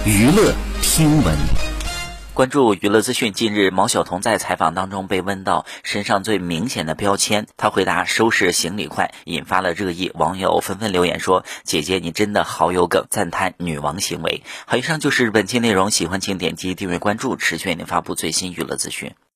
娱乐听闻。 关注娱乐资讯，近日毛晓彤在采访当中被问到身上最明显的标签，她回答收拾行李快，引发了热议，网友纷纷留言说姐姐你真的好有梗，赞叹女王行为。好，以上就是本期内容，喜欢请点击订阅关注，持续为您发布最新娱乐资讯。